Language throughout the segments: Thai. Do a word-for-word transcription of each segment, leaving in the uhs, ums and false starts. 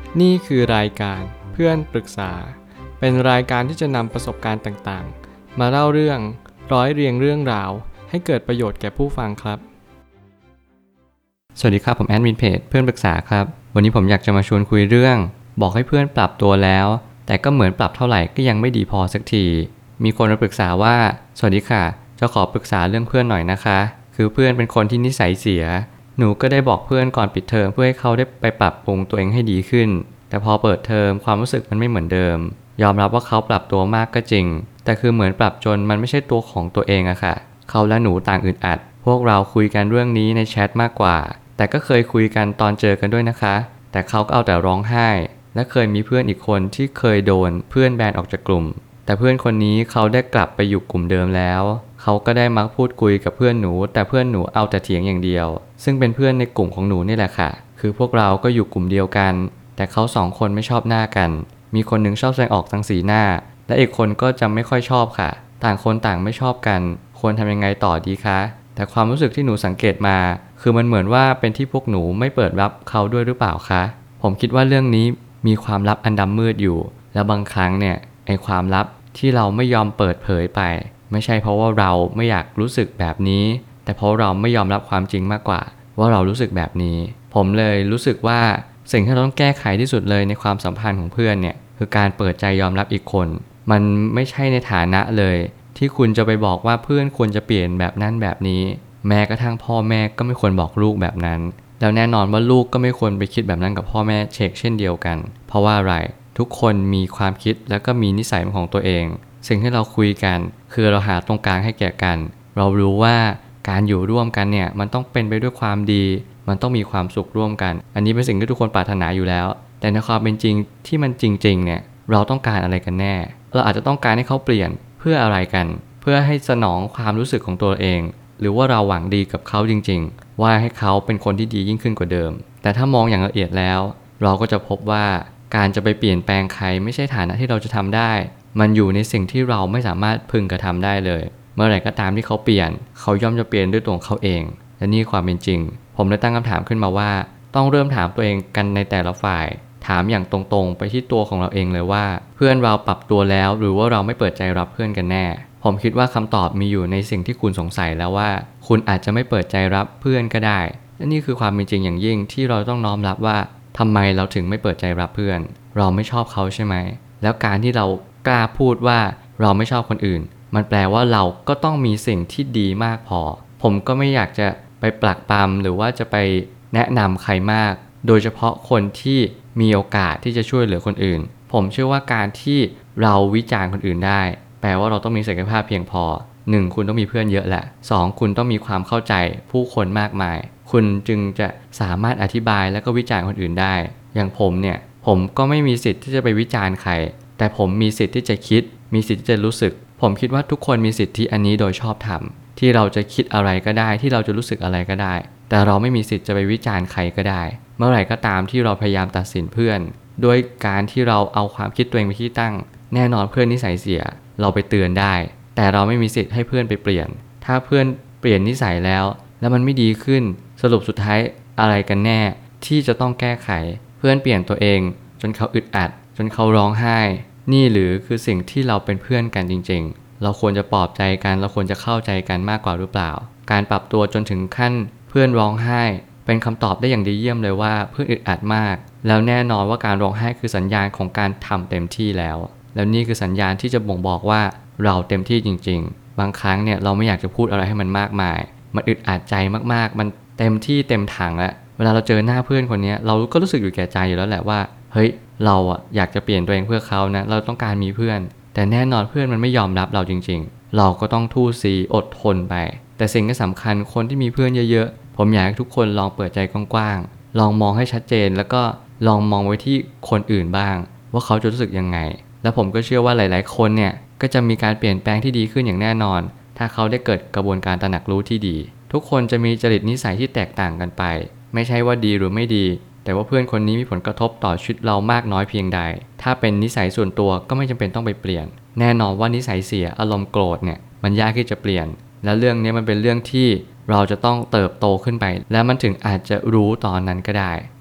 นี่คือรายการเพื่อนปรึกษาเป็นรายการที่จะนำประสบการณ์ต่างๆมาเล่าเรื่องร้อยเรียงเรื่องราวให้เกิดประโยชน์แก่ผู้ฟังครับสวัสดีครับผมแอดมินเพจเพื่อนปรึกษาครับวันนี้ผมอยากจะมาชวนคุยเรื่องบอกให้เพื่อนปรับตัวแล้วแต่ก็เหมือนปรับเท่าไหร่ก็ยังไม่ดีพอสักทีมีคนมาปรึกษาว่าสวัสดีค่ะจะขอปรึกษาเรื่องเพื่อนหน่อยนะคะคือเพื่อนเป็นคนที่นิสัยเสียหนูก็ได้บอกเพื่อนก่อนปิดเทอมเพื่อให้เขาได้ไปปรับปรุงตัวเองให้ดีขึ้นแต่พอเปิดเทอมความรู้สึกมันไม่เหมือนเดิมยอมรับว่าเขาปรับตัวมากก็จริงแต่คือเหมือนปรับจนมันไม่ใช่ตัวของตัวเองอะค่ะเขาและหนูต่างอึดอัดพวกเราคุยกันเรื่องนี้ในแชทมากกว่าแต่ก็เคยคุยกันตอนเจอกันด้วยนะคะแต่เขาก็เอาแต่ร้องไห้และเคยมีเพื่อนอีกคนที่เคยโดนเพื่อนแบนออกจากกลุ่มแต่เพื่อนคนนี้เขาได้กลับไปอยู่กลุ่มเดิมแล้วเขาก็ได้มักพูดคุยกับเพื่อนหนูแต่เพื่อนหนูเอาแต่เถียงอย่างเดียวซึ่งเป็นเพื่อนในกลุ่มของหนูนี่แหละค่ะคือพวกเราก็อยู่กลุ่มเดียวกันแต่เขาสองคนไม่ชอบหน้ากันมีคนหนึ่งชอบแสดงออกทางสีหน้าและอีกคนก็จะไม่ค่อยชอบค่ะต่างคนต่างไม่ชอบกันควรทำยังไงต่อดีคะแต่ความรู้สึกที่หนูสังเกตมาคือมันเหมือนว่าเป็นที่พวกหนูไม่เปิดรับเขาด้วยหรือเปล่าคะผมคิดว่าเรื่องนี้มีความลับอันดำมืดอยู่และบางครั้งเนี่ยไอความลับที่เราไม่ยอมเปิดเผยไปไม่ใช่เพราะว่าเราไม่อยากรู้สึกแบบนี้แต่เพราะเราไม่ยอมรับความจริงมากกว่าว่าเรารู้สึกแบบนี้ผมเลยรู้สึกว่าสิ่งที่เราต้องแก้ไขที่สุดเลยในความสัมพันธ์ของเพื่อนเนี่ยคือการเปิดใจยอมรับอีกคนมันไม่ใช่ในฐานะเลยที่คุณจะไปบอกว่าเพื่อนควรจะเปลี่ยนแบบนั้นแบบนี้แม้กระทั่งพ่อแม่ก็ไม่ควรบอกลูกแบบนั้นแล้วแน่นอนว่าลูกก็ไม่ควรไปคิดแบบนั้นกับพ่อแม่เชกเช่นเดียวกันเพราะว่าอะไรทุกคนมีความคิดแล้วก็มีนิสัยของตัวเองสิ่งที่เราคุยกันคือเราหาตรงกลางให้แก่กันเรารู้ว่าการอยู่ร่วมกันเนี่ยมันต้องเป็นไปด้วยความดีมันต้องมีความสุขร่วมกันอันนี้เป็นสิ่งที่ทุกคนปรารถนาอยู่แล้วแต่ในความเป็นจริงที่มันจริงๆเนี่ยเราต้องการอะไรกันแน่เราอาจจะต้องการให้เขาเปลี่ยนเพื่ออะไรกันเพื่อให้สนองความรู้สึกของตัวเองหรือว่าเราหวังดีกับเขาจริงๆว่าให้เขาเป็นคนที่ดียิ่งขึ้นกว่าเดิมแต่ถ้ามองอย่างละเอียดแล้วเราก็จะพบว่าการจะไปเปลี่ยนแปลงใครไม่ใช่ฐานะที่เราจะทำได้มันอยู่ในสิ่งที่เราไม่สามารถพึงกระทำได้เลยเมื่อไหร่ก็ตามที่เขาเปลี่ยนเขาย่อมจะเปลี่ยนด้วยตัวของเขาเองและนี่ความเป็นจริงผมเลยตั้งคำถามขึ้นมาว่าต้องเริ่มถามตัวเองกันในแต่ละฝ่ายถามอย่างตรงๆไปที่ตัวของเราเองเลยว่าเพื่อนเราปรับตัวแล้วหรือว่าเราไม่เปิดใจรับเพื่อนกันแน่ผมคิดว่าคำตอบมีอยู่ในสิ่งที่คุณสงสัยแล้วว่าคุณอาจจะไม่เปิดใจรับเพื่อนก็ได้และนี่คือความเป็นจริงอย่างยิ่งที่เราต้องน้อมรับว่าทำไมเราถึงไม่เปิดใจรับเพื่อนเราไม่ชอบเขาใช่ไหมแล้วการที่เรากล้าพูดว่าเราไม่ชอบคนอื่นมันแปลว่าเราก็ต้องมีสิ่งที่ดีมากพอผมก็ไม่อยากจะไปปลักปำหรือว่าจะไปแนะนำใครมากโดยเฉพาะคนที่มีโอกาสที่จะช่วยเหลือคนอื่นผมเชื่อว่าการที่เราวิจารณ์คนอื่นได้แปลว่าเราต้องมีศักยภาพเพียงพอหนึ่งคุณต้องมีเพื่อนเยอะแหละสองคุณต้องมีความเข้าใจผู้คนมากมายคุณจึงจะสามารถอธิบายและก็วิจารณ์คนอื่นได้อย่างผมเนี่ยผมก็ไม่มีสิทธิ์ที่จะไปวิจารณ์ใครแต่ผมมีสิทธิ์ที่จะคิดมีสิทธิ์ที่จะรู้สึกผมคิดว่าทุกคนมีสิทธิอันนี้โดยชอบธรรมที่เราจะคิดอะไรก็ได้ที่เราจะรู้สึกอะไรก็ได้แต่เราไม่มีสิทธิ์จะไปวิจารณ์ใครก็ได้เมื่อไหร่ก็ตามที่เราพยายามตัดสินเพื่อนด้วยการที่เราเอาความคิดตัวเองไปที่ตั้งแน่นอนเพื่อนนิสัยเสียเราไปเตือนได้แต่เราไม่มีสิทธิ์ให้เพื่อนไปเปลี่ยนถ้าเพื่อนเปลี่ยนนิสัยแล้วแล้วมันไม่ดีขึ้นสรุปสุดท้ายอะไรกันแน่ที่จะต้องแก้ไขเพื่อนเปลี่ยนตัวเองจนเขาอึดอัดจนเขาร้องไห้นี่หรือคือสิ่งที่เราเป็นเพื่อนกันจริงๆเราควรจะปลอบใจกันเราควรจะเข้าใจกันมากกว่าหรือเปล่าการปรับตัวจนถึงขั้นเพื่อนร้องไห้เป็นคำตอบได้อย่างดีเยี่ยมเลยว่าเพื่อนอึดอัดมากแล้วแน่นอนว่าการร้องไห้คือสัญญาณของการทำเต็มที่แล้วแล้วนี่คือสัญญาณที่จะบ่งบอกว่าเราเต็มที่จริงๆบางครั้งเนี่ยเราไม่อยากจะพูดอะไรให้มันมากมายมันอึดอัดใจมากๆมันเต็มที่เต็มถังแล้วเวลาเราเจอหน้าเพื่อนคนนี้เราก็รู้สึกอยู่แก่ใจอยู่แล้วแหละว่าเฮ้ยเราอะอยากจะเปลี่ยนตัวเองเพื่อเขานะเราต้องการมีเพื่อนแต่แน่นอนเพื่อนมันไม่ยอมรับเราจริงๆเราก็ต้องทู่ซีอดทนไปแต่สิ่งที่สำคัญคนที่มีเพื่อนเยอะๆผมอยากให้ทุกคนลองเปิดใจกว้างๆลองมองให้ชัดเจนแล้วก็ลองมองไว้ที่คนอื่นบ้างว่าเขาจะรู้สึกยังไงและผมก็เชื่อว่าหลายๆคนเนี่ยก็จะมีการเปลี่ยนแปลงที่ดีขึ้นอย่างแน่นอนถ้าเขาได้เกิดกระบวนการตระหนักรู้ที่ดีทุกคนจะมีจริตนิสัยที่แตกต่างกันไปไม่ใช่ว่าดีหรือไม่ดีแต่ว่าเพื่อนคนนี้มีผลกระทบต่อชีวิตเรามากน้อยเพียงใดถ้าเป็นนิสัยส่วนตัวก็ไม่จำเป็นต้องไปเปลี่ยนแน่นอนว่านิสัยเสียอารมณ์โกรธเนี่ยมันยากที่จะเปลี่ยนและเรื่องนี้มันเป็นเรื่องที่เราจะต้องเติบโตขึ้นไปและมันถึงอาจจะรู้ตอนนั้นก็ได้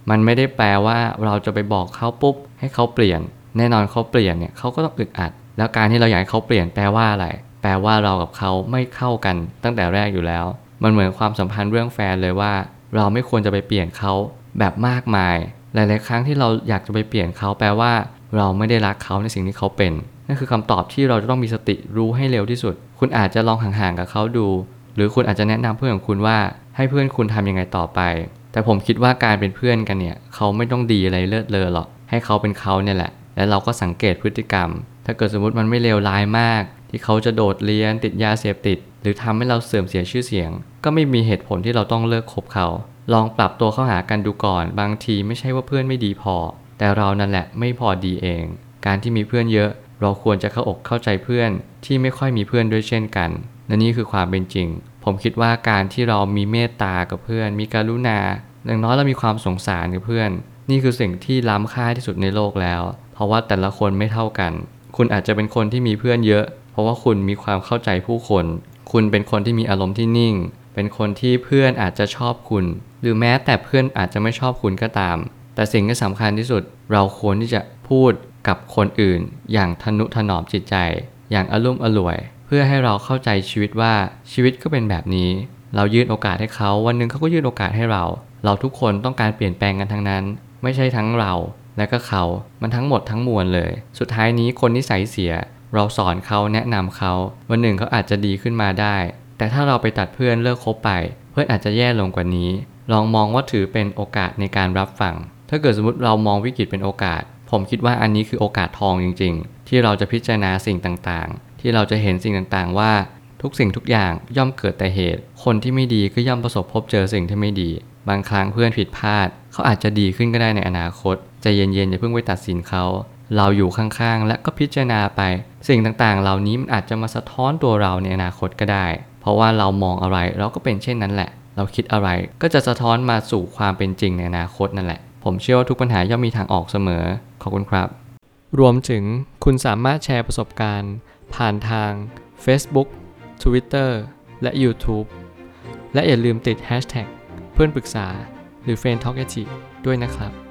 มันไม่ได้แปลว่าเราจะไปบอกเขาปุ๊บให้เขาเปลี่ยนแน่นอนเขาเปลี่ยนเนี่ยเขาก็ต้องอึดอัดแล้วการที่เราอยากให้เขาเปลี่ยนแปลว่าอะไรแปลว่าเรากับเขาไม่เข้ากันตั้งแต่แรกอยู่แล้วมันเหมือนความสัมพันธ์เรื่องแฟนเลยว่าเราไม่ควรจะไปเปลี่ยนเขาแบบมากมายหลายๆครั้งที่เราอยากจะไปเปลี่ยนเขาแปลว่าเราไม่ได้รักเขาในสิ่งที่เขาเป็นนั่นคือคำตอบที่เราจะต้องมีสติรู้ให้เร็วที่สุดคุณอาจจะลองห่างๆกับเขาดูหรือคุณอาจจะแนะนำเพื่อนของคุณว่าให้เพื่อนคุณทำยังไงต่อไปแต่ผมคิดว่าการเป็นเพื่อนกันเนี่ยเขาไม่ต้องดีอะไรเลิศเลอหรอกให้เขาเป็นเขาเนี่ยแหละแล้วเราก็สังเกตพฤติกรรมถ้าเกิดสมมติมันไม่เลวร้ายมากที่เขาจะโดดเรียนติดยาเสพติดหรือทำให้เราเสื่อมเสียชื่อเสียงก็ไม่มีเหตุผลที่เราต้องเลิกคบเขาลองปรับตัวเข้าหากันดูก่อนบางทีไม่ใช่ว่าเพื่อนไม่ดีพอแต่เรานั่นแหละไม่พอดีเองการที่มีเพื่อนเยอะเราควรจะเข้าอกเข้าใจเพื่อนที่ไม่ค่อยมีเพื่อนด้วยเช่นกันและนี่คือความเป็นจริงผมคิดว่าการที่เรามีเมตตากับเพื่อนมีกรุณาอย่างน้อยเรามีความสงสารกับเพื่อนนี่คือสิ่งที่ล้ำค่าที่สุดในโลกแล้วเพราะว่าแต่ละคนไม่เท่ากันคุณอาจจะเป็นคนที่มีเพื่อนเยอะเพราะว่าคุณมีความเข้าใจผู้คนคุณเป็นคนที่มีอารมณ์ที่นิ่งเป็นคนที่เพื่อนอาจจะชอบคุณหรือแม้แต่เพื่อนอาจจะไม่ชอบคุณก็ตามแต่สิ่งที่สำคัญที่สุดเราควรที่จะพูดกับคนอื่นอย่างทนุถนอมจิตใจอย่างอลุ่มอล่วยเพื่อให้เราเข้าใจชีวิตว่าชีวิตก็เป็นแบบนี้เรายื่นโอกาสให้เขาวันนึงเขาก็ยื่นโอกาสให้เราเราทุกคนต้องการเปลี่ยนแปลงกันทั้งนั้นไม่ใช่ทั้งเราและก็เขามันทั้งหมดทั้งมวลเลยสุดท้ายนี้คนนิสัยเสียเราสอนเขาแนะนำเขาวันหนึ่งเขาอาจจะดีขึ้นมาได้แต่ถ้าเราไปตัดเพื่อนเลิกคบไปเพื่อนอาจจะแย่ลงกว่านี้ลองมองว่าถือเป็นโอกาสในการรับฟังถ้าเกิดสมมติเรามองวิกฤตเป็นโอกาสผมคิดว่าอันนี้คือโอกาสทองจริงๆที่เราจะพิจารณาสิ่งต่างๆที่เราจะเห็นสิ่งต่างๆว่าทุกสิ่งทุกอย่างย่อมเกิดแต่เหตุคนที่ไม่ดีก็ย่อมประสบพบเจอสิ่งที่ไม่ดีบางครั้งเพื่อนผิดพลาดเขาอาจจะดีขึ้นก็ได้ในอนาคตใจเย็นๆอย่าเพิ่งไปตัดสินเขาเราอยู่ข้างๆและก็พิจารณาไปสิ่งต่างๆเหล่านี้มันอาจจะมาสะท้อนตัวเราในอนาคตก็ได้เพราะว่าเรามองอะไรเราก็เป็นเช่นนั้นแหละเราคิดอะไรก็จะสะท้อนมาสู่ความเป็นจริงในอนาคตนั่นแหละผมเชื่อว่าทุกปัญหาย่อมมีทางออกเสมอขอบคุณครับรวมถึงคุณสามารถแชร์ประสบการณ์ผ่านทาง Facebook Twitter และ YouTube และอย่าลืมติด แฮชแท็ก เพื่อนปรึกษาหรือ เฟรนด์ ทอล์ก ด้วยนะครับ